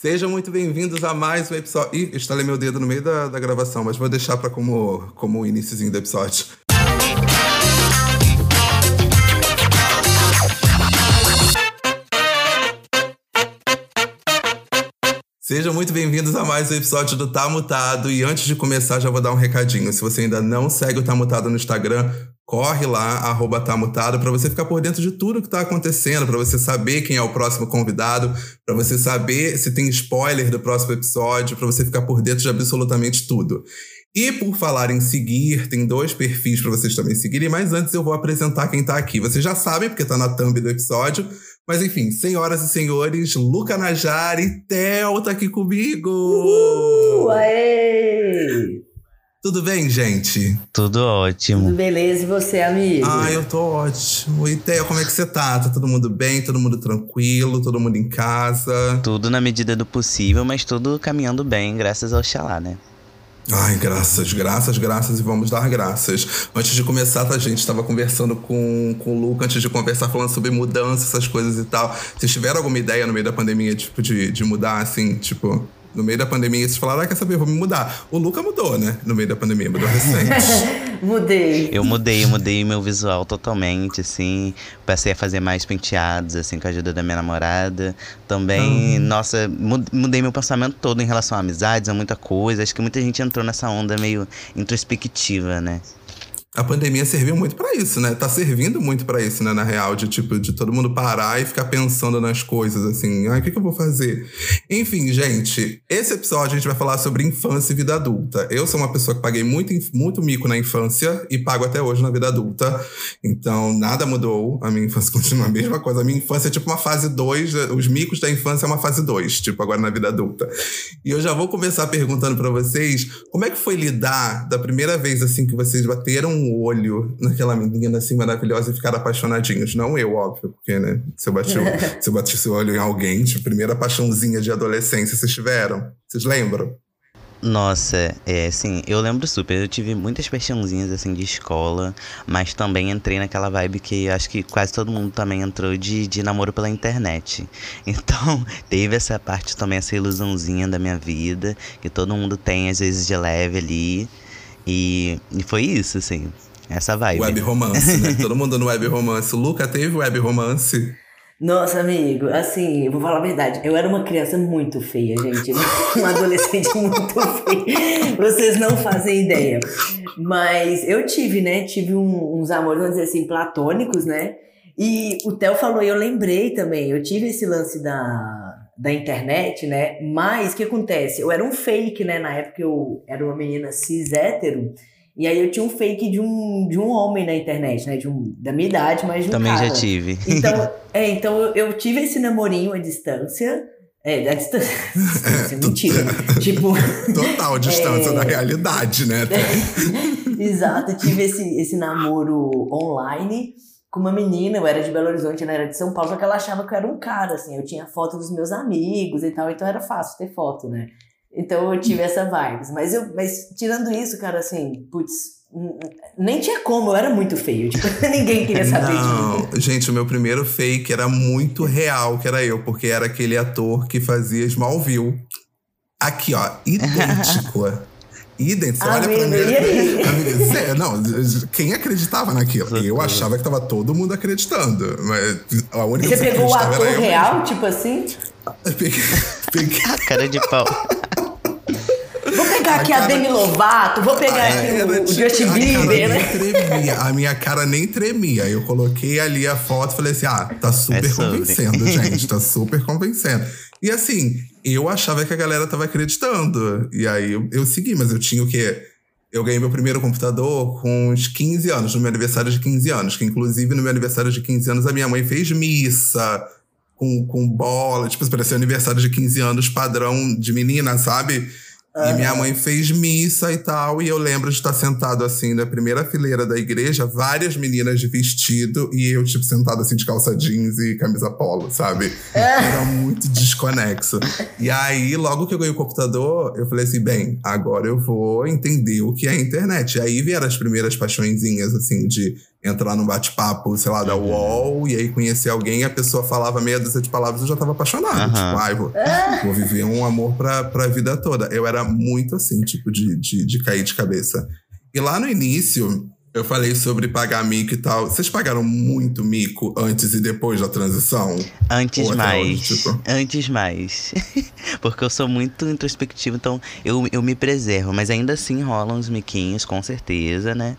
Sejam muito bem-vindos a mais um episódio. Ih, estalei meu dedo no meio da gravação, mas vou deixar para como o iniciozinho do episódio. Sejam muito bem-vindos a mais um episódio do Tá Mutado. E antes de começar, já vou dar um recadinho. Se você ainda não segue o Tá Mutado no Instagram, corre lá, @tamutado, para você ficar por dentro de tudo que tá acontecendo, para você saber quem é o próximo convidado, para você saber se tem spoiler do próximo episódio, para você ficar por dentro de absolutamente tudo. E por falar em seguir, tem 2 perfis para vocês também seguirem, mas antes eu vou apresentar quem tá aqui. Vocês já sabem, porque tá na thumb do episódio, mas enfim, senhoras e senhores, Luca Najari e Theo tá aqui comigo! Aê! Tudo bem, gente? Tudo ótimo. Tudo beleza, e você, amigo? Eu tô ótimo. E Theo, como é que você tá? Tá todo mundo bem? Todo mundo tranquilo? Todo mundo em casa? Tudo na medida do possível, mas tudo caminhando bem, graças ao Xalá, né? Ai, graças e vamos dar graças. Antes de começar, a gente tava conversando com o Luca, antes de conversar, falando sobre mudança, essas coisas e tal. Vocês tiveram alguma ideia no meio da pandemia, tipo, de mudar, assim, tipo... No meio da pandemia, vocês falaram, quer saber, vou me mudar. O Luca mudou, né? No meio da pandemia, mudou recente. Mudei. Eu mudei meu visual totalmente, assim. Passei a fazer mais penteados, assim, com a ajuda da minha namorada. Também, nossa, mudei meu pensamento todo em relação a amizades, a muita coisa. Acho que muita gente entrou nessa onda meio introspectiva, né? A pandemia serviu muito pra isso, né? Tá servindo muito pra isso, né? Na real, de todo mundo parar e ficar pensando nas coisas, assim. O que eu vou fazer? Enfim, gente, esse episódio a gente vai falar sobre infância e vida adulta. Eu sou uma pessoa que paguei muito mico na infância e pago até hoje na vida adulta. Então, nada mudou. A minha infância continua a mesma coisa. A minha infância é tipo uma fase 2. Os micos da infância é uma fase 2, tipo, agora na vida adulta. E eu já vou começar perguntando pra vocês, como é que foi lidar da primeira vez, assim, que vocês bateram o olho naquela menina assim maravilhosa e ficaram apaixonadinhos? Não eu, óbvio, porque, né, se eu bati seu olho em alguém, tipo, primeira paixãozinha de adolescência, vocês tiveram? Vocês lembram? Nossa, assim, eu lembro super. Eu tive muitas paixãozinhas, assim, de escola, mas também entrei naquela vibe que acho que quase todo mundo também entrou de namoro pela internet. Então, teve essa parte também, essa ilusãozinha da minha vida, que todo mundo tem, às vezes, de leve ali. E foi isso, assim, essa vibe. Web romance, né? Todo mundo no web romance. O Luca teve web romance? Nossa, amigo, assim, eu vou falar a verdade. Eu era uma criança muito feia, gente. Uma adolescente muito feia. Vocês não fazem ideia. Mas eu tive, né? Tive uns amores, vamos dizer assim, platônicos, né? E o Theo falou, e eu lembrei também. Eu tive esse lance da internet, né? Mas o que acontece? Eu era um fake, né? Na época eu era uma menina cis hétero. E aí eu tinha um fake de um homem na internet, né? Da minha idade, mas de um também cara. Já tive. Então eu tive esse namorinho à distância. À distância, mentira. Tipo... Total distância da realidade, né? Exato, eu tive esse namoro online com uma menina. Eu era de Belo Horizonte, ela era de São Paulo, só que ela achava que eu era um cara, assim. Eu tinha foto dos meus amigos e tal, então era fácil ter foto, né? Então eu tive essa vibes. Mas tirando isso, cara, assim, putz, nem tinha como, eu era muito feio. Tipo, ninguém queria saber de mim. Não, gente, o meu primeiro fake era muito real, que era eu, porque era aquele ator que fazia Smallville. Aqui, ó, idêntico. Idêntico. Você olha pra mim. Amiga, não, quem acreditava naquilo? Eu achava que tava todo mundo acreditando. Mas a única Você pegou o ator real, tipo assim? Peguei. A cara de pau. Vou pegar aqui a Demi Lovato, vou pegar aqui o Justin Bieber, né? A minha cara nem tremia. Eu coloquei ali a foto e falei assim, tá super convencendo, gente. Tá super convencendo. E assim, eu achava que a galera tava acreditando. E aí eu segui, mas eu tinha o quê? Eu ganhei meu primeiro computador com uns 15 anos, no meu aniversário de 15 anos. Que inclusive no meu aniversário de 15 anos a minha mãe fez missa com bola. Tipo, parecia aniversário de 15 anos padrão de menina, sabe? E minha mãe fez missa e tal, e eu lembro de estar sentado assim na primeira fileira da igreja, várias meninas de vestido, e eu, tipo, sentado assim de calça jeans e camisa polo, sabe? Era muito desconexo. E aí, logo que eu ganhei o computador, eu falei assim, bem, agora eu vou entender o que é a internet. E aí vieram as primeiras paixõezinhas, assim, de entrar num bate-papo, sei lá, da UOL, e aí conhecer alguém, a pessoa falava meia dúzia de palavras, eu já tava apaixonado. Tipo, vou viver um amor pra vida toda. Eu era muito assim, tipo, de cair de cabeça. E lá no início, eu falei sobre pagar mico e tal. Vocês pagaram muito mico antes e depois da transição? Antes mais. Hoje, tipo... Antes mais. Porque eu sou muito introspectivo, então eu me preservo. Mas ainda assim rolam uns miquinhos, com certeza, né?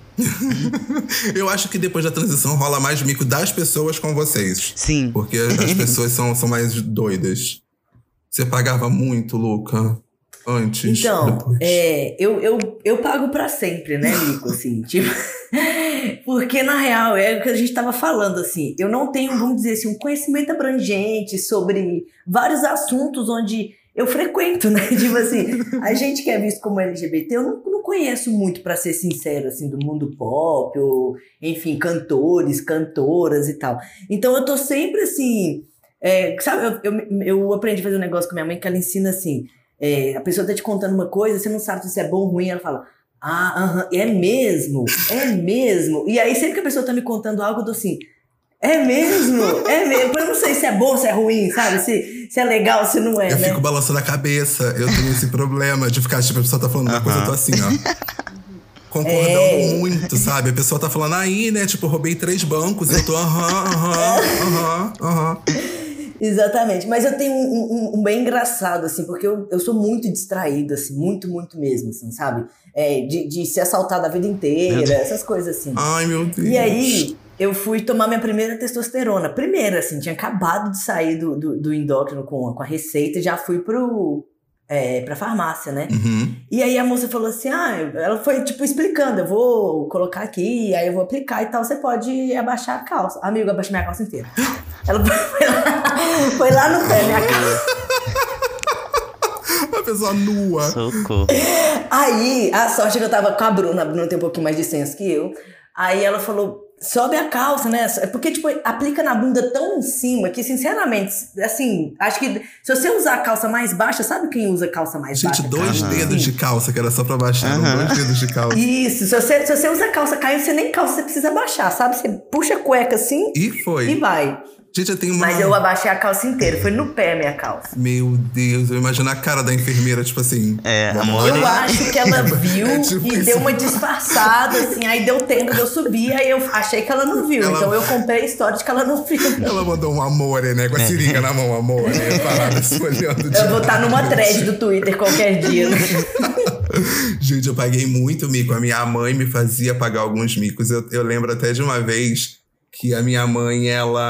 Eu acho que depois da transição rola mais mico das pessoas com vocês. Sim. Porque as pessoas são mais doidas. Você pagava muito, Luca? Antes? Então, depois? eu pago pra sempre, né, Mico? Assim, tipo, porque na real é o que a gente tava falando, assim. Eu não tenho, vamos dizer assim, um conhecimento abrangente sobre vários assuntos onde eu frequento, né? Tipo assim, a gente que é visto como LGBT, eu não conheço muito, pra ser sincero, assim, do mundo pop, ou, enfim, cantores, cantoras e tal. Então eu tô sempre assim. Sabe, eu aprendi a fazer um negócio com minha mãe que ela ensina assim. A pessoa tá te contando uma coisa, você não sabe se é bom ou ruim, ela fala, é mesmo? E aí sempre que a pessoa tá me contando algo, eu tô assim, é mesmo? Eu não sei se é bom, se é ruim, sabe? Se é legal, se não é, Eu né? fico balançando a cabeça, eu tenho esse problema de ficar, tipo, a pessoa tá falando uma coisa, eu tô assim, ó. Concordando muito, sabe? A pessoa tá falando aí, né? Tipo, roubei 3 bancos, eu tô Exatamente, mas eu tenho um bem engraçado, assim, porque eu sou muito distraída, assim, muito, muito mesmo, assim, sabe? De ser assaltada a vida inteira, essas coisas assim. Ai, meu Deus. E aí, eu fui tomar minha primeira testosterona. Primeira, assim, tinha acabado de sair do endócrino com a receita, já fui pra farmácia, né? E aí a moça falou assim, ela foi, tipo, explicando, eu vou colocar aqui, aí eu vou aplicar e tal, você pode abaixar a calça. Amigo, eu abaixei minha calça inteira. Ela foi lá no pé, minha calça. A pessoa nua. Socorro. Aí, a sorte é que eu tava com a Bruna tem um pouquinho mais de senso que eu. Aí ela falou, sobe a calça, né? Porque, tipo, aplica na bunda tão em cima que, sinceramente, assim, acho que se você usar a calça mais baixa, sabe quem usa calça mais baixa? Gente, 2 dedos de calça, que era só pra baixar. 2 dedos de calça. Isso, se você usa a calça caindo, você nem calça você precisa baixar, sabe? Você puxa a cueca assim e vai. Gente, eu tenho uma... Mas eu abaixei a calça inteira, foi no pé a minha calça. Meu Deus, eu imagino a cara da enfermeira, tipo assim... amor. Eu acho que ela viu tipo e isso. deu uma disfarçada, assim, aí deu tempo de eu subir, aí eu achei que ela não viu. Então eu comprei a história de que ela não viu. Ela mandou um amore, né? Com a seringa na mão, amore. Parada se olhando. Eu vou estar numa thread do Twitter qualquer dia. Né? Gente, eu paguei muito mico. A minha mãe me fazia pagar alguns micos. Eu lembro até de uma vez que a minha mãe,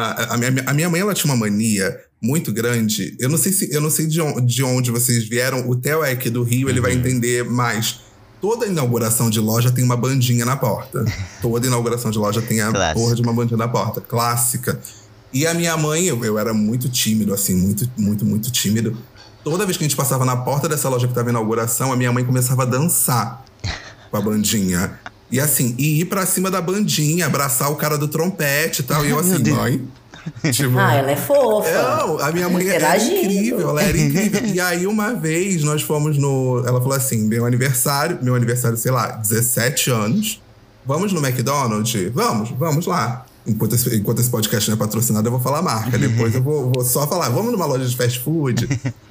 a minha mãe, ela tinha uma mania muito grande. Eu não sei de onde vocês vieram. O Theo é aqui do Rio, ele vai entender mais. Toda inauguração de loja tem uma bandinha na porta. Toda inauguração de loja tem a porra de uma bandinha na porta. Clássica. E a minha mãe, eu era muito tímido, assim, muito, muito, muito tímido. Toda vez que a gente passava na porta dessa loja que tava em inauguração, a minha mãe começava a dançar com a bandinha. E assim, ir pra cima da bandinha, abraçar o cara do trompete e tal. E eu assim, mãe... Tipo, ela é fofa. Não, a minha mãe era incrível, ela era incrível. E aí, uma vez, nós fomos no... Ela falou assim, meu aniversário, sei lá, 17 anos. Vamos no McDonald's? Vamos lá. Enquanto esse podcast não é patrocinado, eu vou falar a marca. Depois eu vou só falar, vamos numa loja de fast food?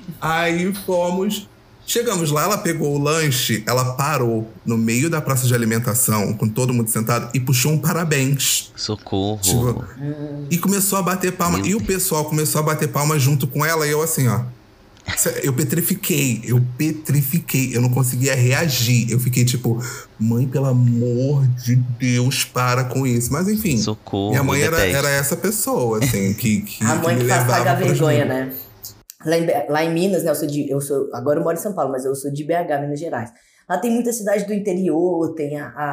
Aí fomos... Chegamos lá, ela pegou o lanche, ela parou no meio da praça de alimentação, com todo mundo sentado, e puxou um parabéns. Socorro. Tipo, e começou a bater palma. E o pessoal começou a bater palma junto com ela, e eu assim, ó. Eu petrifiquei. Eu não conseguia reagir. Eu fiquei tipo, mãe, pelo amor de Deus, para com isso. Mas enfim, socorro, minha mãe era essa pessoa, assim, que a mãe que me faz levava pagar pra vergonha, junto. né? Lá em Minas, né, agora eu moro em São Paulo, mas eu sou de BH, Minas Gerais. Lá tem muita cidade do interior, tem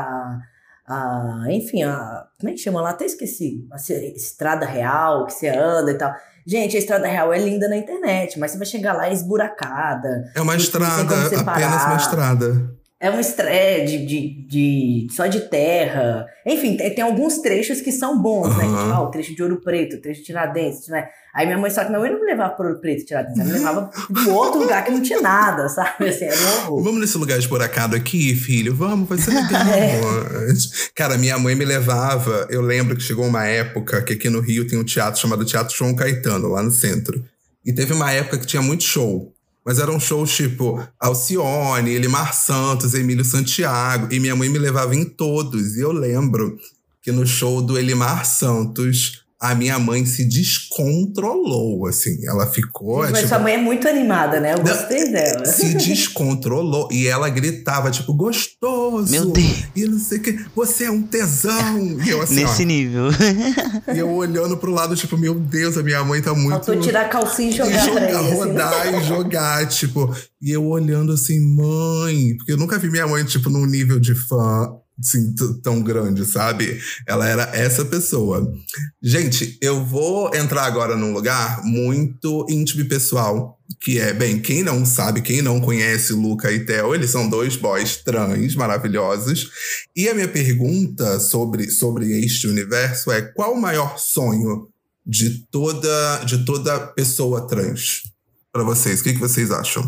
enfim, como é que chama lá? Até esqueci. A Estrada Real, que você anda e tal. Gente, a Estrada Real é linda na internet, mas você vai chegar lá, é esburacada. É uma estrada, tem como você apenas parar. uma estrada. É uma estreia só de terra. Enfim, tem alguns trechos que são bons, né? Tipo, o trecho de Ouro Preto, o trecho de Tiradentes, né? Aí minha mãe, só que minha mãe não me levava para Ouro Preto e Tiradentes, ela me levava de outro lugar que não tinha nada, sabe? Assim, era um horror. Vamos nesse lugar esburacado aqui, filho? Vamos, vai ser legal. Cara, minha mãe me levava... Eu lembro que chegou uma época que aqui no Rio tem um teatro chamado Teatro João Caetano, lá no centro. E teve uma época que tinha muito show. Mas eram shows tipo Alcione, Elimar Santos, Emílio Santiago. E minha mãe me levava em todos. E eu lembro que no show do Elimar Santos, a minha mãe se descontrolou, assim. Ela ficou... Mas tipo, sua mãe é muito animada, né? Eu gostei dela. Se descontrolou. E ela gritava, tipo, gostoso. Meu Deus. E não sei o que. Você é um tesão. E eu assim, Nesse nível. E eu olhando pro lado, tipo, meu Deus, a minha mãe tá muito... Faltou tirar a calcinha e jogar pra ele. Rodar assim, né? E jogar, tipo... E eu olhando assim, mãe... Porque eu nunca vi minha mãe, tipo, num nível de fã... assim, tão grande, sabe? Ela era essa pessoa. Gente, eu vou entrar agora num lugar muito íntimo e pessoal, que é, bem, quem não sabe, quem não conhece Luca e Theo, eles são dois boys trans maravilhosos. E a minha pergunta sobre este universo é: qual o maior sonho de toda pessoa trans pra vocês? O que vocês acham?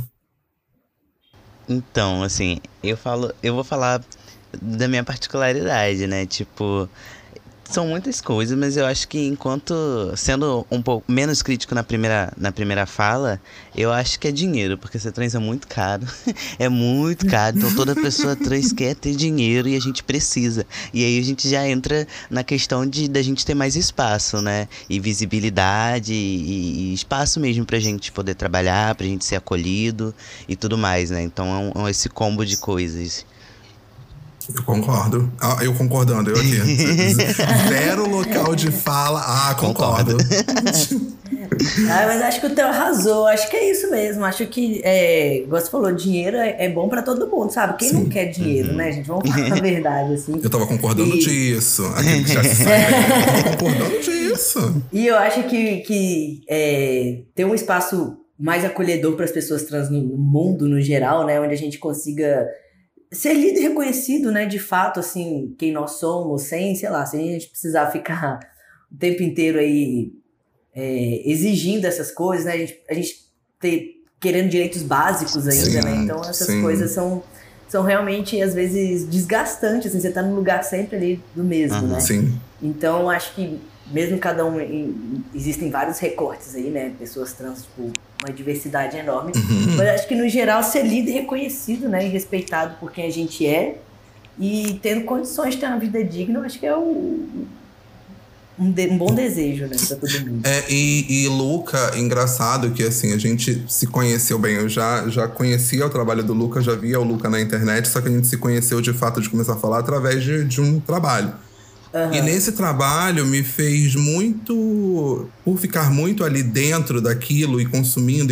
Então, assim, eu vou falar da minha particularidade, né? Tipo, são muitas coisas, mas eu acho que enquanto, sendo um pouco menos crítico na primeira fala, eu acho que é dinheiro, porque ser trans é muito caro. É muito caro, então toda pessoa trans quer ter dinheiro e a gente precisa. E aí a gente já entra na questão da gente ter mais espaço, né? E visibilidade e espaço mesmo pra gente poder trabalhar, pra gente ser acolhido e tudo mais, né? Então é esse combo de coisas. Eu concordo. Eu concordando, eu aqui. Zero local de fala. Concordo. Mas acho que o Theo arrasou. Acho que é isso mesmo. Acho que, igual você falou, dinheiro é bom pra todo mundo, sabe? Quem não quer dinheiro, né, gente? Vamos falar a verdade, assim. Eu tava concordando disso. Aquele que já se sabe. Eu tava concordando disso. E eu acho que ter um espaço mais acolhedor para as pessoas trans no mundo, no geral, né? Onde a gente consiga ser lido e reconhecido, né, de fato, assim, quem nós somos, sem, sei lá, sem a gente precisar ficar o tempo inteiro aí exigindo essas coisas, né, a gente querendo direitos básicos ainda, né, então essas coisas são realmente, às vezes, desgastantes, assim, você tá num lugar sempre ali do mesmo, né. Sim. Então, acho que mesmo cada um, existem vários recortes aí, né, pessoas trans, tipo, uma diversidade enorme, mas acho que no geral ser lido e reconhecido, né, e respeitado por quem a gente é e tendo condições de ter uma vida digna, eu acho que é um bom desejo, né, pra todo mundo. E Luca, engraçado que assim, a gente se conheceu bem, eu já conhecia o trabalho do Luca, já via o Luca na internet, só que a gente se conheceu de fato de começar a falar através de um trabalho. E nesse trabalho me fez muito... Por ficar muito ali dentro daquilo e consumindo,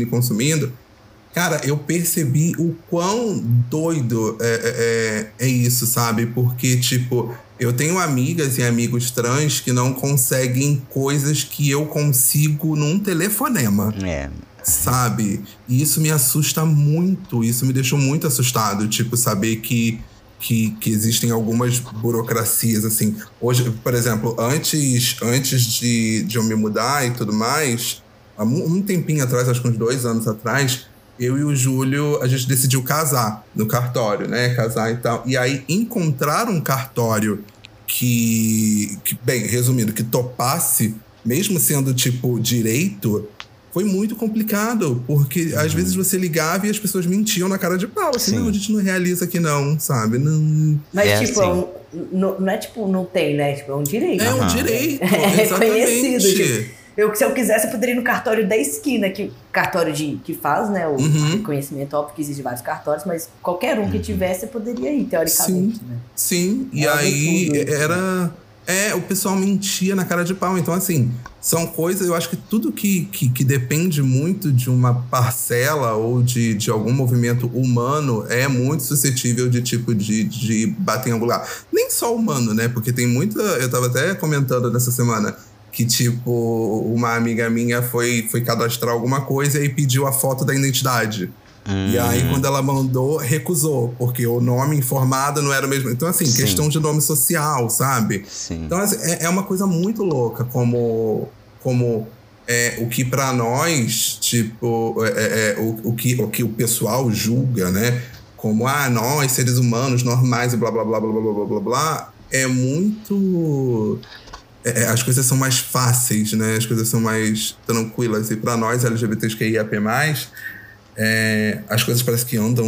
cara, eu percebi o quão doido é isso, sabe? Porque, tipo, eu tenho amigas e amigos trans que não conseguem coisas que eu consigo num telefonema. Sabe? E isso me assusta muito, isso me deixou muito assustado, tipo, saber que existem algumas burocracias, assim. Hoje, por exemplo, antes de eu me mudar e tudo mais, há um tempinho atrás, acho que uns 2 anos atrás, eu e o Júlio, a gente decidiu casar no cartório, né? Casar e tal. E aí, encontrar um cartório que bem, resumindo, que topasse, mesmo sendo, tipo, direito... Foi muito complicado, porque às vezes você ligava e as pessoas mentiam na cara de pau. Assim, não, a gente não realiza aqui não, sabe? Não... Mas, tipo, não é tipo, não tem, né? Tipo, é um direito. É um direito, exatamente. reconhecido. Tipo, se eu quisesse, eu poderia ir no cartório da esquina, cartório que faz, né? O reconhecimento, óbvio que existe vários cartórios, mas qualquer um que tivesse, poderia ir, teoricamente, né? Sim, e aí era... o pessoal mentia na cara de pau. Então, assim, são coisas... Eu acho que tudo que depende muito de uma parcela ou de algum movimento humano é muito suscetível de bater em algum lugar. Nem só humano, né? Porque tem muita... Eu tava até comentando nessa semana que, tipo, uma amiga minha foi cadastrar alguma coisa e pediu a foto da identidade. E aí, quando ela mandou, recusou. Porque o nome informado não era o mesmo. Então, assim, questão de nome social, sabe? Sim. Então, assim, é uma coisa muito louca como o que pra nós, tipo, o que o pessoal julga, né? Como, nós, seres humanos normais e blá, blá, blá, blá, blá, blá, blá, blá, é muito... as coisas são mais fáceis, né? As coisas são mais tranquilas. E pra nós, LGBTQIAP+, as coisas parecem que andam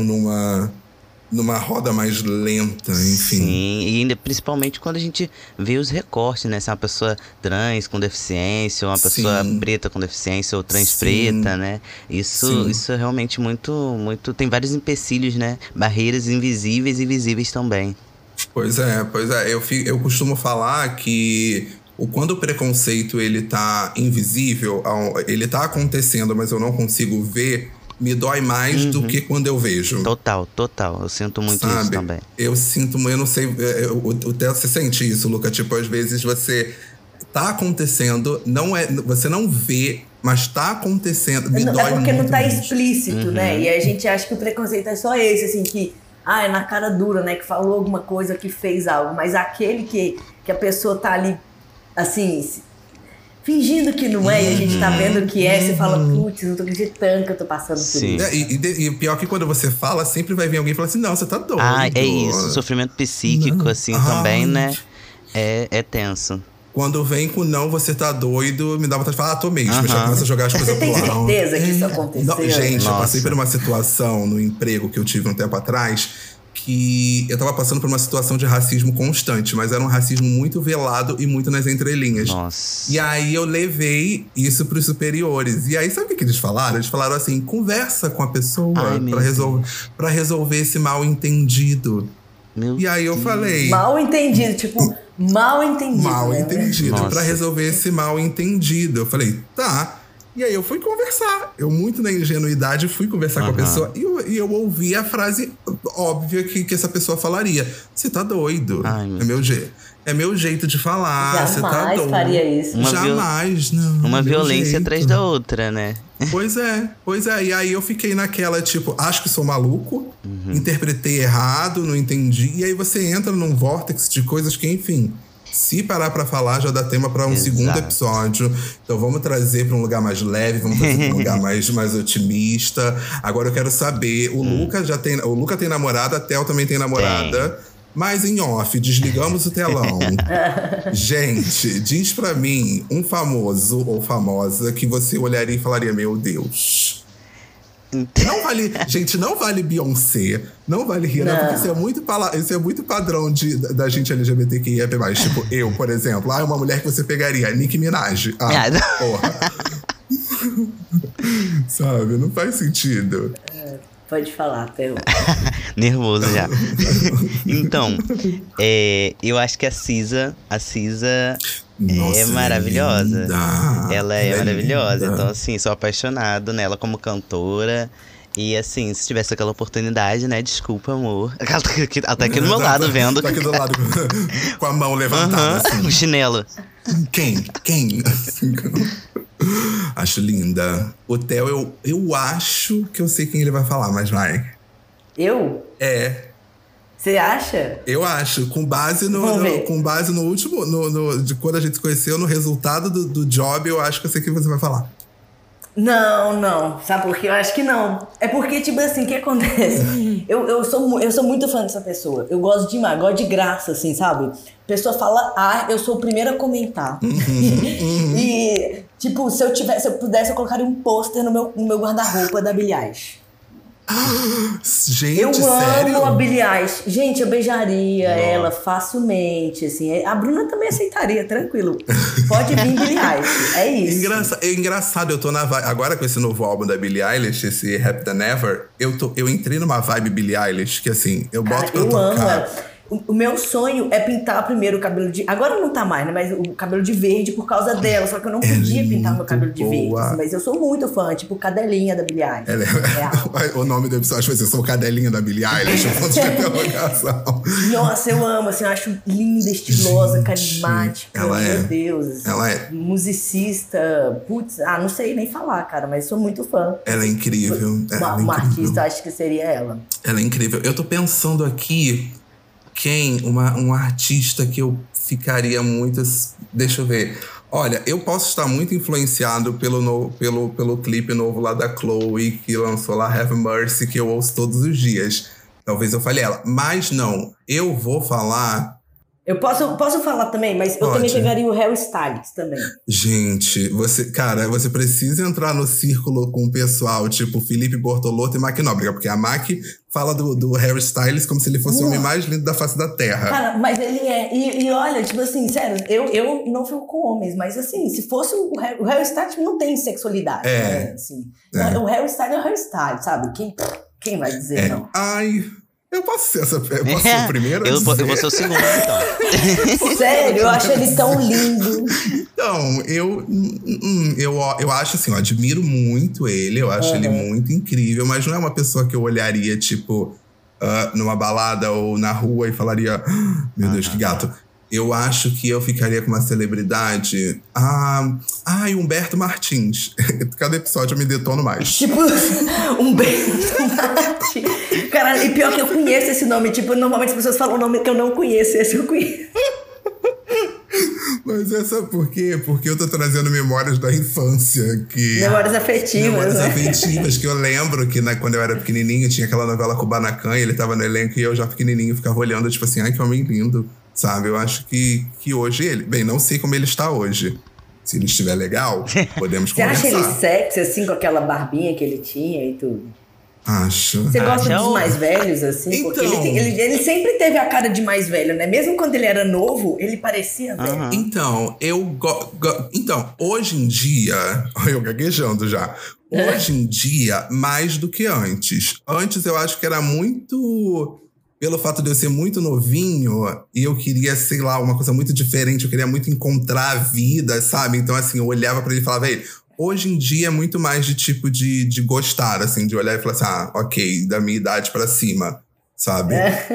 numa roda mais lenta, enfim. Sim, e ainda principalmente quando a gente vê os recortes, né? Se é uma pessoa trans com deficiência, ou uma pessoa preta com deficiência, ou trans preta, né? Isso é realmente muito... Tem vários empecilhos, né? Barreiras invisíveis e visíveis também. Pois é. Eu costumo falar que quando o preconceito ele tá invisível, ele tá acontecendo, mas eu não consigo ver, me dói mais do que quando eu vejo. Total. Eu sinto muito isso também. Eu não sei, você sente isso, Luca? Tipo, às vezes você tá acontecendo, você não vê, mas tá acontecendo, me dói muito. É porque não tá mais. explícito, né? E a gente acha que o preconceito é só esse, assim, que... é na cara dura, né? Que falou alguma coisa, que fez algo. Mas aquele que a pessoa tá ali, assim... fingindo que não é, e a gente tá vendo que é, você fala, putz, não tô acreditando que eu tô passando por isso. E pior que quando você fala, sempre vai vir alguém e falar assim, não, você tá doido. É isso, sofrimento psíquico, assim, também, né? É tenso. Quando vem com não, você tá doido, me dá vontade de falar, tô mesmo. Já começa a jogar as coisas pro lado. Você tem certeza que isso aconteceu? Não, gente, eu passei por uma situação no emprego que eu tive um tempo atrás, que eu tava passando por uma situação de racismo constante, mas era um racismo muito velado e muito nas entrelinhas. Nossa. E aí eu levei isso pros superiores. E aí, sabe o que eles falaram? Eles falaram assim, conversa com a pessoa pra resolver esse mal entendido. E aí eu falei... Mal entendido, tipo, mal entendido. Mal entendido, Nossa. pra resolver esse mal entendido. Eu falei, tá... E aí eu fui conversar. Eu, muito na ingenuidade, fui conversar com a pessoa. E eu ouvi a frase óbvia que essa pessoa falaria. Você tá doido. É meu jeito de falar. Você tá doido. Jamais faria isso. Jamais, não. Uma violência atrás da outra, né? Pois é. E aí eu fiquei naquela, tipo, acho que sou maluco. Interpretei errado, não entendi. E aí você entra num vórtice de coisas que, enfim... Se parar pra falar, já dá tema pra um segundo episódio. Então vamos trazer pra um lugar mais leve, vamos trazer pra um lugar mais otimista. Agora eu quero saber, o Luca tem namorada, a Tel também tem namorada. Mas em off, desligamos o telão. Gente, diz pra mim um famoso ou famosa que você olharia e falaria, meu Deus... Não vale, gente, não vale Beyoncé, não vale Rihanna, porque isso é muito padrão da gente LGBTQIA+. Tipo, eu, por exemplo, uma mulher que você pegaria, Nicki Minaj. Porra. Sabe, não faz sentido. Pode falar, Theo. Nervoso já. Então, eu acho que a Cisa Nossa, é maravilhosa. Ela é maravilhosa. Linda. Então, assim, sou apaixonado nela como cantora. E, assim, se tivesse aquela oportunidade, né? Desculpa, amor. Ela tá aqui do meu lado, vendo. Tá aqui do lado, com a mão levantada, assim. O chinelo. Quem? Acho linda. O Theo, eu acho que eu sei quem ele vai falar, mas vai. Eu? Você acha? Eu acho, com base no último, de quando a gente se conheceu, no resultado do job, eu acho que eu sei quem você vai falar. Não. Sabe por quê? Eu acho que não. É porque, tipo assim, o que acontece? Eu sou muito fã dessa pessoa. Eu gosto demais, gosto de graça, assim, sabe? A pessoa fala eu sou o primeiro a comentar. E, tipo, se eu pudesse, eu colocaria um pôster no meu guarda-roupa da Billie Eilish. Gente, eu sério? amo a Billie Eilish. Gente, eu beijaria ela facilmente, assim. A Bruna também aceitaria, tranquilo. Pode vir Billie Eilish, é isso. É engraçado, eu tô na vibe... Agora com esse novo álbum da Billie Eilish, esse Happier Than Ever, eu entrei numa vibe Billie Eilish, que assim, eu boto pra tocar. O meu sonho é pintar primeiro o cabelo de... Agora não tá mais, né? Mas o cabelo de verde por causa dela. Só que eu não podia pintar meu cabelo de verde. Assim, mas eu sou muito fã, tipo Cadelinha da Billie Eilish. O nome do episódio vai ser Sou Cadelinha da Billie Eilish, ponto de interrogação. Nossa, eu amo, assim, eu acho linda, estilosa, carismática. Ela meu Deus. Ela é. Musicista. Putz, não sei nem falar, cara, mas sou muito fã. Ela é incrível. Uma artista, acho que seria ela. Ela é incrível. Eu tô pensando aqui um artista que eu ficaria muito... Deixa eu ver. Olha, eu posso estar muito influenciado pelo clipe novo lá da Chloe, que lançou lá Have Mercy, que eu ouço todos os dias. Talvez eu fale ela. Mas não, eu vou falar... Eu posso falar também, mas eu também pegaria o Harry Styles também. Gente, você precisa entrar no círculo com o pessoal, tipo Felipe Bortolotto e Mac Nóbrega, porque a Mac fala do Harry Styles como se ele fosse o homem mais lindo da face da Terra. Cara, mas ele é. E olha, tipo assim, sério, eu não fico com homens, mas assim, se fosse o Harry Styles não tem sexualidade, né? Assim, o Harry Styles é o Harry Styles, sabe? Quem vai dizer não? Ai... Eu posso ser o primeiro? Eu vou ser o segundo, então. Sério, eu acho ele tão lindo. Então, eu acho assim, eu admiro muito ele, eu acho ele muito incrível, mas não é uma pessoa que eu olharia, tipo, numa balada ou na rua e falaria, meu Deus, que gato. Eu acho que eu ficaria com uma celebridade. Humberto Martins. Cada episódio eu me detono mais. Tipo, Humberto Martins. Cara, e pior que eu conheço esse nome. Tipo, normalmente as pessoas falam um nome que eu não conheço. Esse eu conheço. Mas sabe por quê? Porque eu tô trazendo memórias da infância. Memórias afetivas. Memórias afetivas, que eu lembro que quando eu era pequenininho tinha aquela novela Kubanacan, e ele tava no elenco e eu já pequenininho ficava olhando, tipo assim, ai, que homem lindo. Sabe, eu acho que hoje ele... Bem, não sei como ele está hoje. Se ele estiver legal, podemos conversar. Você acha ele sexy, assim, com aquela barbinha que ele tinha e tudo? Acho. Você gosta dos mais velhos, assim? Então, porque ele sempre teve a cara de mais velho, né? Mesmo quando ele era novo, ele parecia velho. Então, Então, hoje em dia... Eu gaguejando já. Hoje em dia, mais do que antes. Antes, eu acho que era muito... Pelo fato de eu ser muito novinho e eu queria, sei lá, uma coisa muito diferente. Eu queria muito encontrar a vida, sabe? Então, assim, eu olhava pra ele e falava... Hoje em dia é muito mais de tipo de gostar, assim. De olhar e falar assim, ok, da minha idade pra cima, sabe?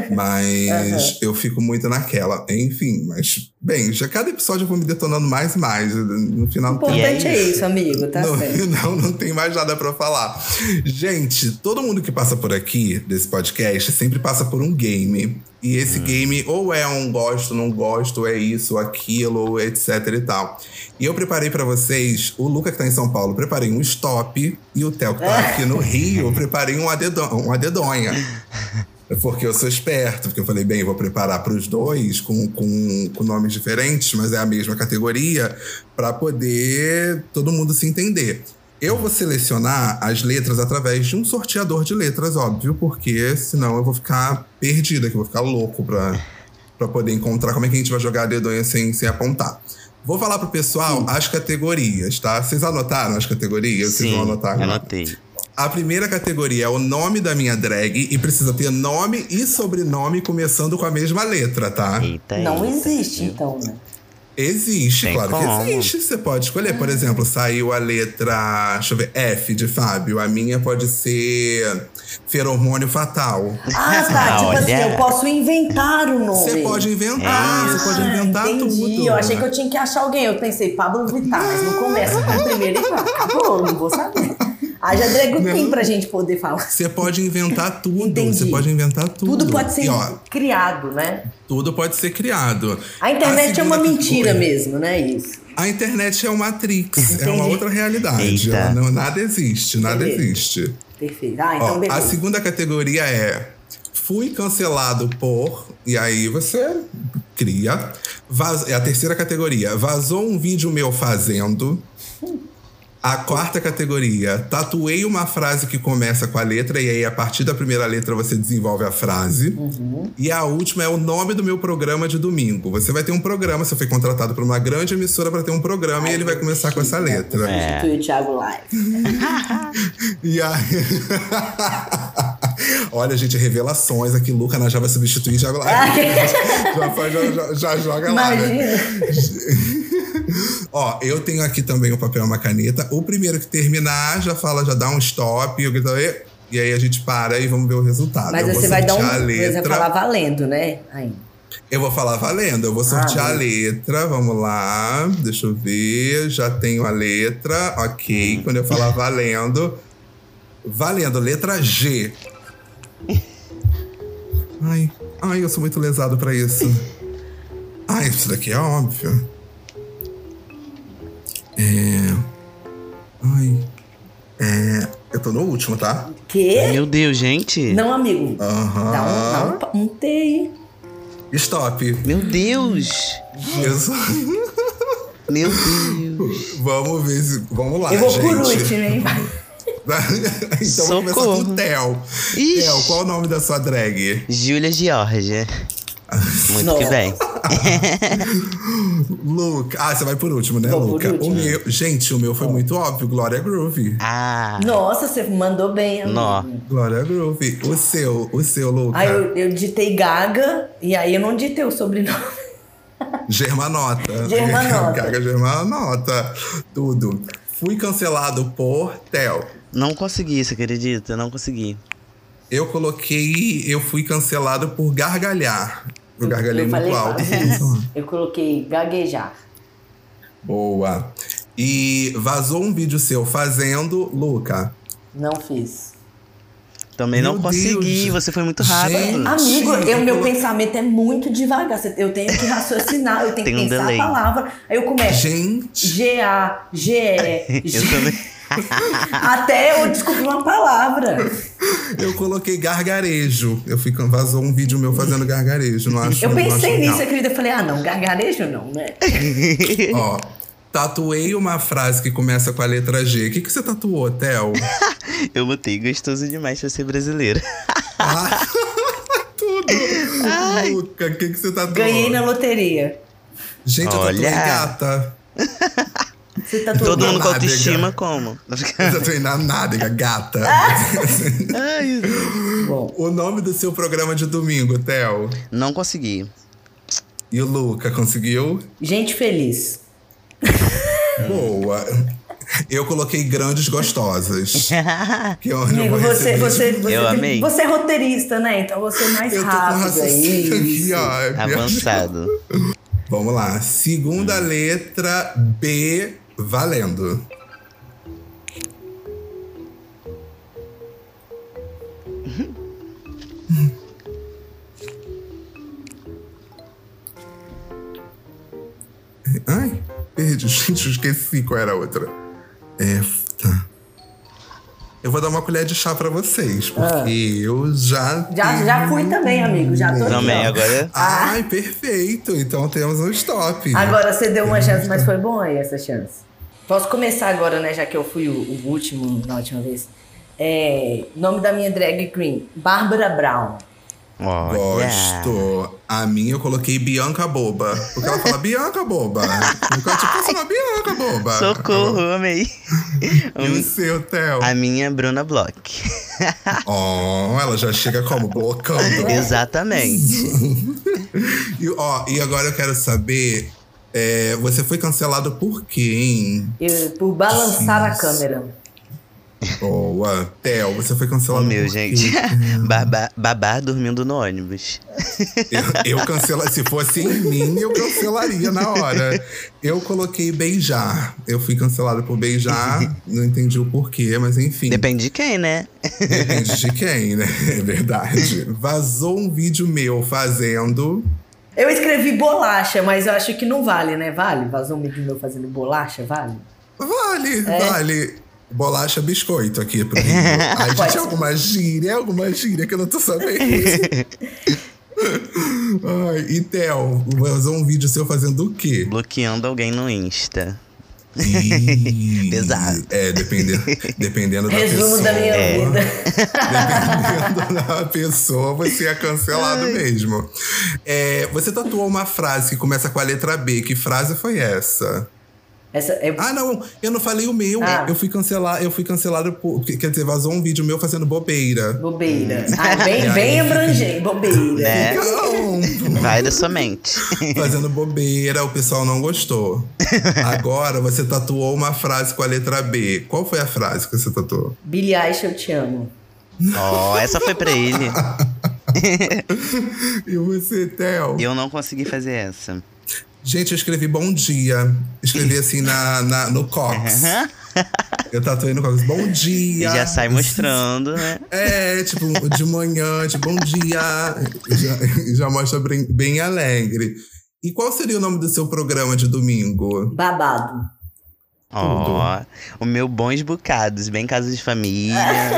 Mas eu fico muito naquela. Enfim, mas... Bem, já cada episódio eu vou me detonando mais e mais. No final... O importante é isso, amigo, tá certo. Não tem mais nada pra falar. Gente, todo mundo que passa por aqui, desse podcast, sempre passa por um game. E esse game ou é um gosto, não gosto, ou é isso, ou aquilo, ou etc e tal. E eu preparei pra vocês, o Luca que tá em São Paulo, preparei um stop. E o Theo que tá aqui no Rio, eu preparei uma dedonha. Porque eu sou esperto, porque eu falei, bem, vou preparar para os dois com nomes diferentes, mas é a mesma categoria, para poder todo mundo se entender. Eu vou selecionar as letras através de um sorteador de letras, óbvio, porque senão eu vou ficar perdida, que eu vou ficar louco para poder encontrar como é que a gente vai jogar a dedonha sem apontar. Vou falar pro pessoal as categorias, tá? Vocês anotaram as categorias? Sim, vocês vão anotar agora? Anotei. A primeira categoria é o nome da minha drag e precisa ter nome e sobrenome começando com a mesma letra, tá? Não existe, então, né? Existe, Tem claro como. que existe. Você pode escolher. Por exemplo, saiu a letra, deixa eu ver, F de Fábio. A minha pode ser Feromônio Fatal. Tá. Tipo assim, eu posso inventar o nome. Você pode inventar, você pode inventar tudo. Eu achei que eu tinha que achar alguém. Eu pensei, Pablo Vittar, mas não começa com o primeiro e pronto, acabou, não vou saber. Haja drag queen pra gente poder falar. Você pode inventar tudo. Entendi. Você pode inventar tudo. Tudo pode ser criado, né? Tudo pode ser criado. A internet é uma mentira mesmo, né? Isso. A internet é uma Matrix. Entendi. É uma outra realidade. Nada existe, nada existe. Perfeito. Então beleza. A segunda categoria é... Fui cancelado por... E aí você cria. É a terceira categoria. Vazou um vídeo meu fazendo... A quarta categoria, tatuei uma frase que começa com a letra e aí a partir da primeira letra você desenvolve a frase. E a última é o nome do meu programa de domingo. Você vai ter um programa, você foi contratado por uma grande emissora para ter um programa e ele vai começar com essa letra. Substitui o Thiago Live. E aí... Olha, gente, revelações aqui. Luca já vai substituir já lá. já joga lá, né? Ó, eu tenho aqui também um papel e uma caneta. O primeiro que terminar já dá um stop. E aí a gente para e vamos ver o resultado. Mas você vai dar você vai falar valendo, né? Aí. Eu vou falar valendo. Eu vou sortear a letra. Vamos lá. Deixa eu ver. Já tenho a letra. Ok. Quando eu falar valendo. Valendo. Letra G. Ai, eu sou muito lesado pra isso. Ai, isso daqui é óbvio. Eu tô no último, tá? Quê? Meu Deus, gente. Não, amigo. Dá um T aí. Stop. Meu Deus. Meu Deus. Vamos ver se... Vamos lá, gente. Eu vou gente. por último, hein? Então vamos começar com o Theo. Theo, qual o nome da sua drag? Júlia Georgia. Muito que bem. Luca. Você vai por último, né, Luca? O meu... Gente, o meu foi muito óbvio. Glória Groove. Nossa, você mandou bem, amigo. Glória Groove. O seu, Luca. Aí eu ditei Gaga e aí eu não ditei o sobrenome. Germanota. Gaga Germanota. Tudo. Fui cancelado por Theo. Não consegui, você acredita? Não consegui. Eu fui cancelado por gargalhar. Eu gargalhei muito alto. Eu coloquei gaguejar. Boa. E vazou um vídeo seu fazendo, Luca. Não fiz. Também não consegui, você foi muito rápido. Gente, amigo, meu pensamento é muito devagar. Eu tenho que raciocinar, eu tenho que pensar a palavra. Aí eu começo. Gente. G-A-G-E. Eu também. Até eu descobri uma palavra. Eu coloquei gargarejo. Vazou um vídeo meu fazendo gargarejo. Eu pensei nisso, acredito. Eu falei, não, gargarejo não, né? Ó, tatuei uma frase que começa com a letra G. O que você tatuou, Theo? Eu botei gostoso demais pra ser brasileira. Tudo. Luca, o que você tatuou? Ganhei na loteria. Gente, eu tatuei gata. Você tatuou todo mundo com autoestima como? Eu tatuei na nádega, gata. Bom. O nome do seu programa de domingo, Theo? Não consegui. E o Luca, conseguiu? Gente feliz. Boa. Eu coloquei grandes gostosas. Que amigo, eu amei. Você é roteirista, né? Então você é mais rápido aí. Avançado. Vamos lá. Segunda letra B, valendo. Ai, perdi. Gente, esqueci qual era a outra. Tá. Eu vou dar uma colher de chá pra vocês, porque eu já fui também, amigo. Já tô também, agora. Ai, perfeito. Então temos um stop. Agora você deu uma chance, mas foi bom aí essa chance. Posso começar agora, né? Já que eu fui o último na última vez. Nome da minha drag queen, Bárbara Brown. Gosto. A minha eu coloquei Bianca Boba. Porque ela fala Bianca Boba. Tipo, Bianca Boba. Socorro, amei. E o seu, Theo? A minha Bruna Bloch. Ela já chega como? Blocando. Exatamente. E agora eu quero saber, você foi cancelado por quê, hein? Por balançar a câmera. Boa. Theo, você foi cancelado meu, por gente. quê? Babá dormindo no ônibus. Eu cancelo. Se fosse em mim, eu cancelaria na hora. Eu coloquei beijar. Eu fui cancelado por beijar. Não entendi o porquê, mas enfim. Depende de quem, né? Depende de quem, né? É verdade. Vazou um vídeo meu fazendo... Eu escrevi bolacha, mas eu acho que não vale, né? Vale? Vazou um vídeo meu fazendo bolacha, vale? Vale. Bolacha biscoito aqui pro Rio. Ai, gente, alguma gíria que eu não tô sabendo. E Theo, vazou um vídeo seu fazendo o quê? Bloqueando alguém no Insta. Pesado. Dependendo da Resumo pessoa. da minha vida. Dependendo da pessoa, você é cancelado mesmo. Você tatuou uma frase que começa com a letra B. Que frase foi essa? Essa é... Ah, não, eu não falei o meu. Ah. Eu fui cancelado por. Quer dizer, vazou um vídeo meu fazendo bobeira. Bobeira. Bem abrangente, bobeira. Né? Não. Vai da sua mente. Fazendo bobeira, o pessoal não gostou. Agora você tatuou uma frase com a letra B. Qual foi a frase que você tatuou? Billie Eilish, eu te amo. Ó, essa foi pra ele. E você, Theo? Eu não consegui fazer essa. Gente, eu escrevi bom dia. Escrevi assim no Cox. Eu tatuei no Cox. Bom dia. E já sai mostrando, né? É, tipo, de manhã, tipo, bom dia. Já mostra bem alegre. E qual seria o nome do seu programa de domingo? Babado. Ó, o meu Bons Bocados, bem casa de família.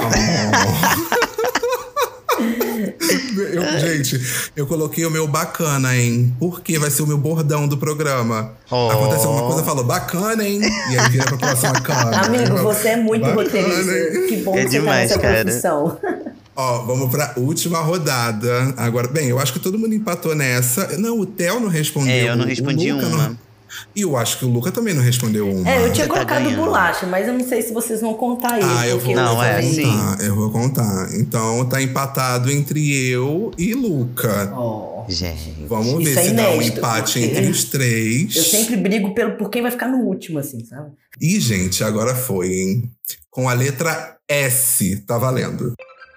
Gente, eu coloquei o meu bacana, hein? Porque vai ser o meu bordão do programa. Acontece alguma coisa, eu falo bacana, hein? E aí vira pra próxima cana. Amigo, você é muito roteirista. Que bom que você demais, tá nessa cara. profissão. Ó, vamos pra última rodada. Agora, bem, eu acho que todo mundo empatou nessa. Não, o Theo não respondeu. É, eu não respondi o Luca uma. E eu acho que o Luca também não respondeu uma. Eu tinha Você tá colocado ganhando. bolacha, mas eu não sei se vocês vão contar isso. Eu porque vou, Não, eu vou sim. contar. Eu vou contar. Então tá empatado entre eu e Luca. Oh. Gente. Vamos Isso ver é se dá um inédito, empate porque entre os três. Eu sempre brigo por quem vai ficar no último, assim, sabe? E, gente, agora foi, hein? Com a letra S. Tá valendo.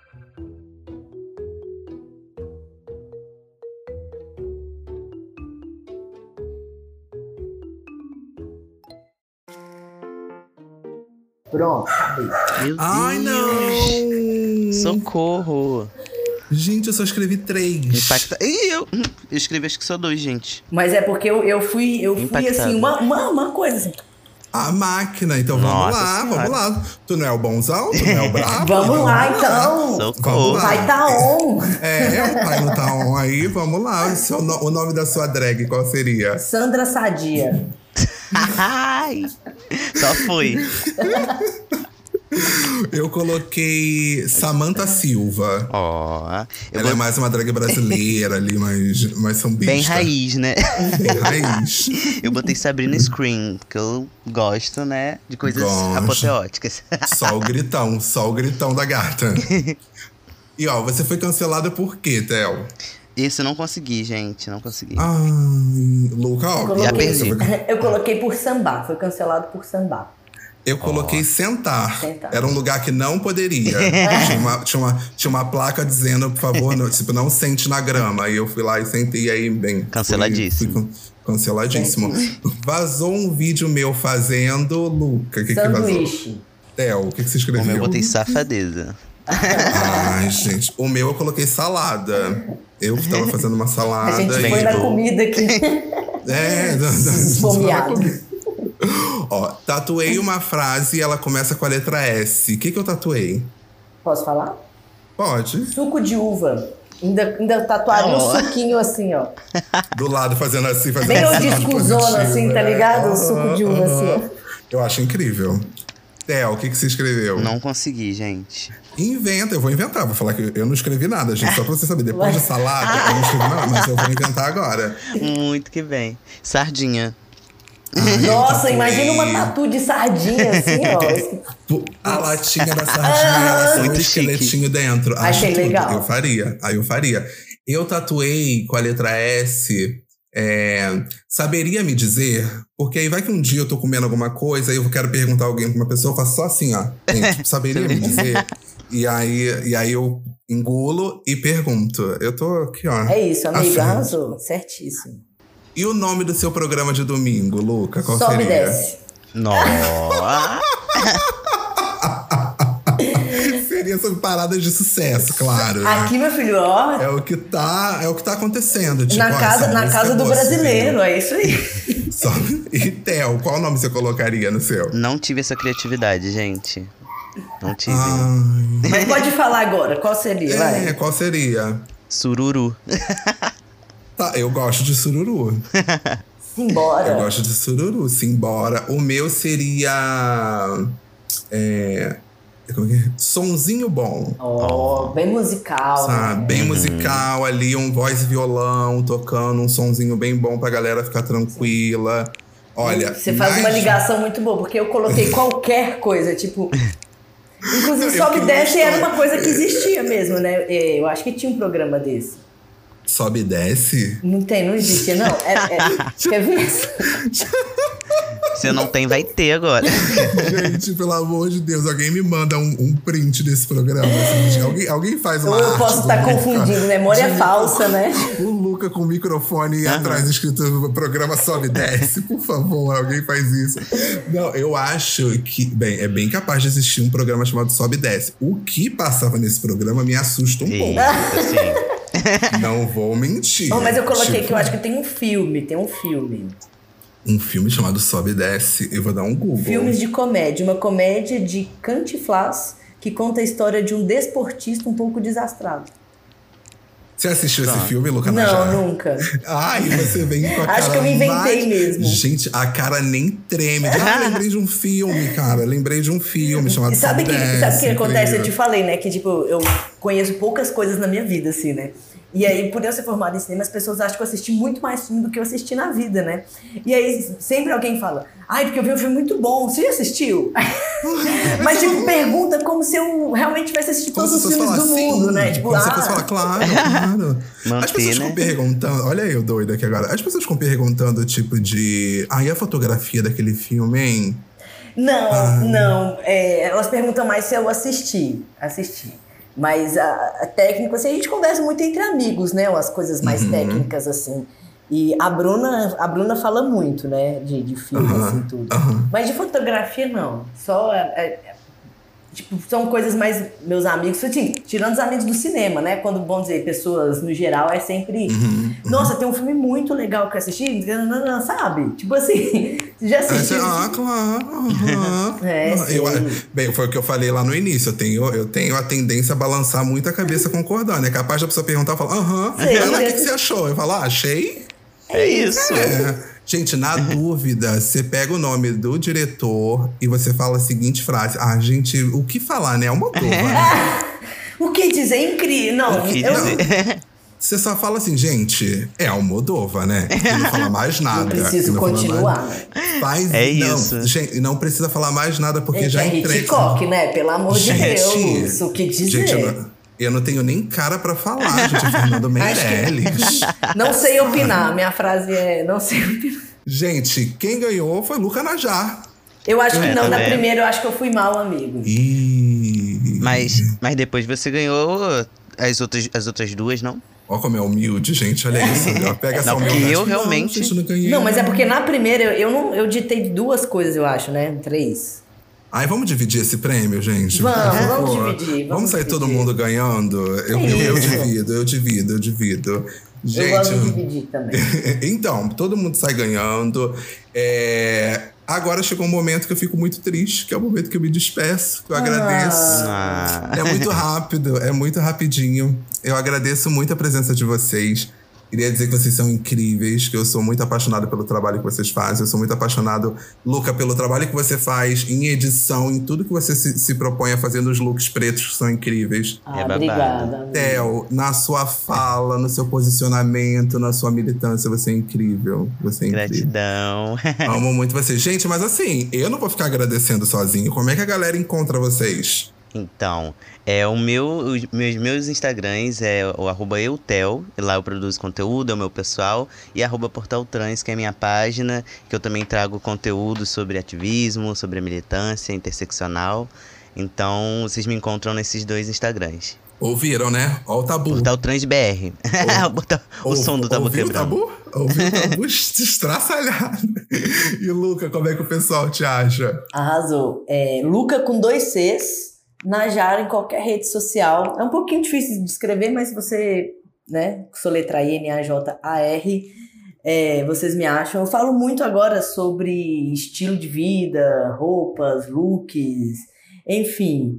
Pronto, acabei. Meu Ai, Deus. não! Socorro. Gente, eu só escrevi 3. Impacta... Ih, eu escrevi acho que só 2, gente. Mas é porque eu fui Impactado. assim, uma coisa assim. A máquina, então vamos Nossa lá, Senhora. vamos lá. Tu não é o bonzão? Tu não é o brabo? Vamos lá, então. Socorro. lá. Vai tá on. É, o pai não tá on aí, vamos lá. O nome da sua drag, qual seria? Sandra Sadia. Ai, só foi. Eu coloquei Samantha Silva. Ó, Ela é mais uma drag brasileira ali, mais sambista. bem raiz, né? Bem raiz. Eu botei Sabrina Scream, porque eu gosto, né, de coisas Gosto. apoteóticas. Só o gritão da gata. E ó, você foi cancelada por quê, Theo? Esse eu não consegui, gente, não consegui. Ai, Luca, ó. Já perdi. Eu coloquei por sambar, foi cancelado por sambar. Eu coloquei sentar. Sentar. Era um lugar que não poderia. tinha uma placa dizendo, por favor, não sente na grama. Aí eu fui lá e sentei, aí bem. Canceladíssimo. Canceladíssimo. Vazou um vídeo meu fazendo. Luca, o que vazou? Sanduíche. Theo, o que você escreveu? Como eu botei safadeza. Ai, gente. O meu eu coloquei salada. Eu tava fazendo uma salada. A gente bem foi de na boa. comida aqui. Esfomeado. Ó, tatuei uma frase e ela começa com a letra S. O que eu tatuei? Posso falar? Pode. Suco de uva. Ainda tatuaria um suquinho assim, ó. Do lado, fazendo assim, fazendo Bem o assim, discuzona positivo, assim, tá né? ligado? O suco de uva assim, ó. Eu acho incrível. Theo, o que você escreveu? Não consegui, gente. Inventa, eu vou inventar. Vou falar que eu não escrevi nada, gente. Só pra você saber. Depois de salada, eu não escrevi nada, mas eu vou inventar agora. Muito que bem. Sardinha. Nossa, tatuei. imagina uma tatu de sardinha assim, ó. A latinha da sardinha, ela tem um Muito esqueletinho dentro. Acho Achei tudo. legal. Eu faria. Eu tatuei com a letra S. Saberia me dizer? Porque aí vai que um dia eu tô comendo alguma coisa e eu quero perguntar a alguém pra uma pessoa, eu faço só assim, ó. Tipo, saberia me dizer? E aí eu engulo e pergunto. Eu tô aqui, ó. É isso, à amigo, frente. arrasou. Certíssimo. E o nome do seu programa de domingo, Luca? Qual Sobe e seria? desce. Nossa. Seria sobre paradas de sucesso, claro. Aqui, meu filho, ó. É o que tá acontecendo. Tipo, Na casa do brasileiro, é isso aí. E Theo, qual nome você colocaria no seu? Não tive essa criatividade, gente. Não tive. Ai. Mas pode falar agora, qual seria? Vai. Qual seria? Sururu. Tá, eu gosto de sururu. Simbora. Eu gosto de sururu, simbora. O meu seria... como é que é? Sonzinho bom. Ó, bem musical. Sabe? Né? Bem musical ali, um voz e violão tocando, um sonzinho bem bom pra galera ficar tranquila. Olha, Você faz uma ligação muito boa, porque eu coloquei qualquer coisa, tipo... Inclusive, Sobe e Desce era uma coisa que existia mesmo, né? Eu acho que tinha um programa desse. Sobe e Desce? Não existia, não. Quer ver? Se não tem, vai ter agora. Gente, pelo amor de Deus, alguém me manda um print desse programa. Assim, alguém faz uma Eu posso estar confundindo, memória falsa, né? O Luca com o microfone atrás escrito programa Sobe e Desce, por favor, alguém faz isso. Não, eu acho que, bem, é bem capaz de existir um programa chamado Sobe e Desce. O que passava nesse programa me assusta um pouco. Sim. Não vou mentir. Oh, mas eu coloquei que eu acho que tem um filme. Um filme chamado Sobe e Desce. Eu vou dar um Google. Filmes de comédia. Uma comédia de Cantinflas que conta a história de um desportista um pouco desastrado. Você assistiu esse filme, Luca Najá? Não, nunca. Ai, você vem com a cara... Acho que eu me inventei mesmo. Gente, a cara nem treme. Lembrei de um filme, cara. Lembrei de um filme chamado Sabe o que acontece? Eu te Incrível. falei, né? Que, tipo, eu conheço poucas coisas na minha vida, assim, né? E aí, por eu ser formada em cinema, as pessoas acham que eu assisti muito mais filme do que eu assisti na vida, né? E aí, sempre alguém fala, porque eu vi um filme muito bom, você já assistiu? Mas, tipo, pergunta como se eu realmente tivesse assistido todos os filmes do mundo, né? Tipo, como se fosse falar, claro. As pessoas ficam perguntando, olha eu doido aqui agora, as pessoas ficam perguntando, tipo, e a fotografia daquele filme, hein? Não. Elas perguntam mais se eu assisti. Mas a técnica, assim, a gente conversa muito entre amigos, né? As coisas mais técnicas, assim. E a Bruna fala muito, né? De filme, assim, tudo. Mas de fotografia, não. Só... tipo, são coisas mais... Meus amigos, assim, tirando os amigos do cinema, né? Quando, vamos dizer, pessoas no geral, é sempre... Nossa, tem um filme muito legal que eu assisti, sabe? Tipo assim, você já assistiu? Claro. Bem, foi o que eu falei lá no início. Eu tenho a tendência a balançar muito a cabeça concordando. É capaz da pessoa perguntar e falar, o que você achou? Eu falo, achei. É isso. Gente, na dúvida, você pega o nome do diretor e você fala a seguinte frase. Gente, o que falar, né? É uma dúvida, né? O que dizer? Incrível. Não, você só fala assim, gente, é Almodóvar, né? E não fala mais nada. Não preciso continuar. Isso. Gente, não precisa falar mais nada, porque já entrei. Hitchcock, né? Pelo amor de Deus. O que dizer? Gente, eu não tenho nem cara pra falar, gente. É Fernando Meirelles. Não sei opinar. Minha frase é não sei opinar. Gente, quem ganhou foi Luca Najá. Eu acho que não. Na primeira, eu acho que eu fui mal, amigo. Mas depois você ganhou as outras duas, não? Olha como é humilde, gente. Olha isso. Pega essa humildade. Porque eu realmente... Não, mas é porque na primeira eu ditei 2 coisas, eu acho, né? 3. Vamos dividir esse prêmio, gente? Vamos dividir. Vamos sair todo mundo ganhando? Eu divido. Gente, eu gosto de dividir também. Então, todo mundo sai ganhando. Agora chegou um momento que eu fico muito triste, que é o momento que eu me despeço, que eu agradeço. É muito rápido, é muito rapidinho. Eu agradeço muito a presença de vocês. Queria dizer que vocês são incríveis, que eu sou muito apaixonado pelo trabalho que vocês fazem. Eu sou muito apaixonado, Luca, pelo trabalho que você faz em edição, em tudo que você se propõe a fazer nos looks pretos, que são incríveis. Obrigada. Theo, na sua fala, no seu posicionamento, na sua militância, você é incrível. Gratidão. Amo muito vocês. Gente, mas assim, eu não vou ficar agradecendo sozinho. Como é que a galera encontra vocês? Então, meus Instagrams é o @eutel, lá eu produzo conteúdo, é o meu pessoal, e @portaltrans, que é a minha página, que eu também trago conteúdo sobre ativismo, sobre a militância interseccional. Então, vocês me encontram nesses 2 Instagrams. Ouviram, né? Ó o tabu. Portal Trans BR. O som do tabu quebrando. Ouviu o tabu estraçalhado. E Luca, como é que o pessoal te acha? Arrasou. Luca com 2 Cs. Najá em qualquer rede social. É um pouquinho difícil de escrever, mas se você, né, soletrar INAJAR, vocês me acham. Eu falo muito agora sobre estilo de vida, roupas, looks, enfim,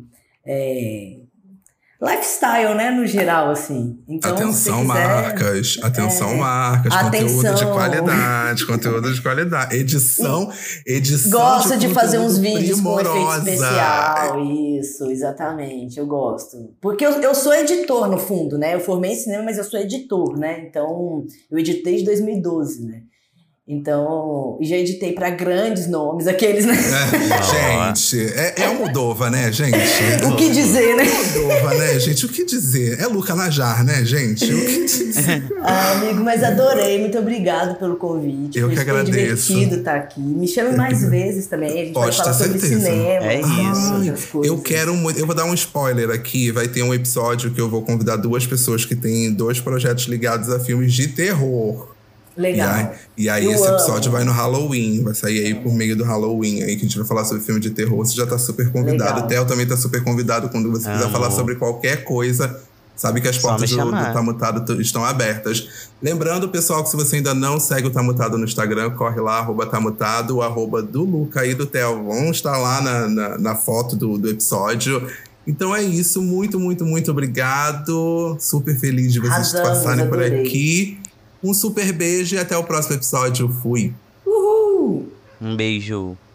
lifestyle, né, no geral, assim. Então, atenção, marcas, conteúdo de qualidade, edição. Gosto de fazer uns vídeos com efeito especial, isso, exatamente, eu gosto. Porque eu sou editor, no fundo, né, eu formei em cinema, mas eu sou editor, né, então eu editei desde 2012, né. Então, e já editei pra grandes nomes, aqueles, né? Gente, é Almodóvar, né, gente? O que dizer, né? Almodóvar, né, gente? O que dizer? É Luca Najar, né, gente? O que dizer? Amigo, mas adorei. Muito obrigado pelo convite. Eu que agradeço. Foi divertido estar aqui. Me chame mais vezes também. A gente Pode vai falar ter sobre certeza. cinema. É isso. Outras coisas. Eu quero muito. Eu vou dar um spoiler aqui. Vai ter um episódio que eu vou convidar 2 pessoas que têm 2 projetos ligados a filmes de terror. Legal. E aí esse episódio vai no Halloween. Vai sair aí por meio do Halloween. Aí que a gente vai falar sobre filme de terror. Você já tá super convidado. Legal. O Theo também tá super convidado. Quando você quiser falar sobre qualquer coisa, sabe que as Só portas me do chamar. Tá Mutado estão abertas. Lembrando, pessoal, que se você ainda não segue o Tá Mutado no Instagram, corre lá, @tamutado, o @do Luca e do Theo. Vão estar lá na foto do episódio. Então é isso. Muito, muito, muito obrigado. Super feliz de vocês Arrasamos, passarem por adorei. aqui. Um super beijo e até o próximo episódio. Fui! Uhul! Um beijo.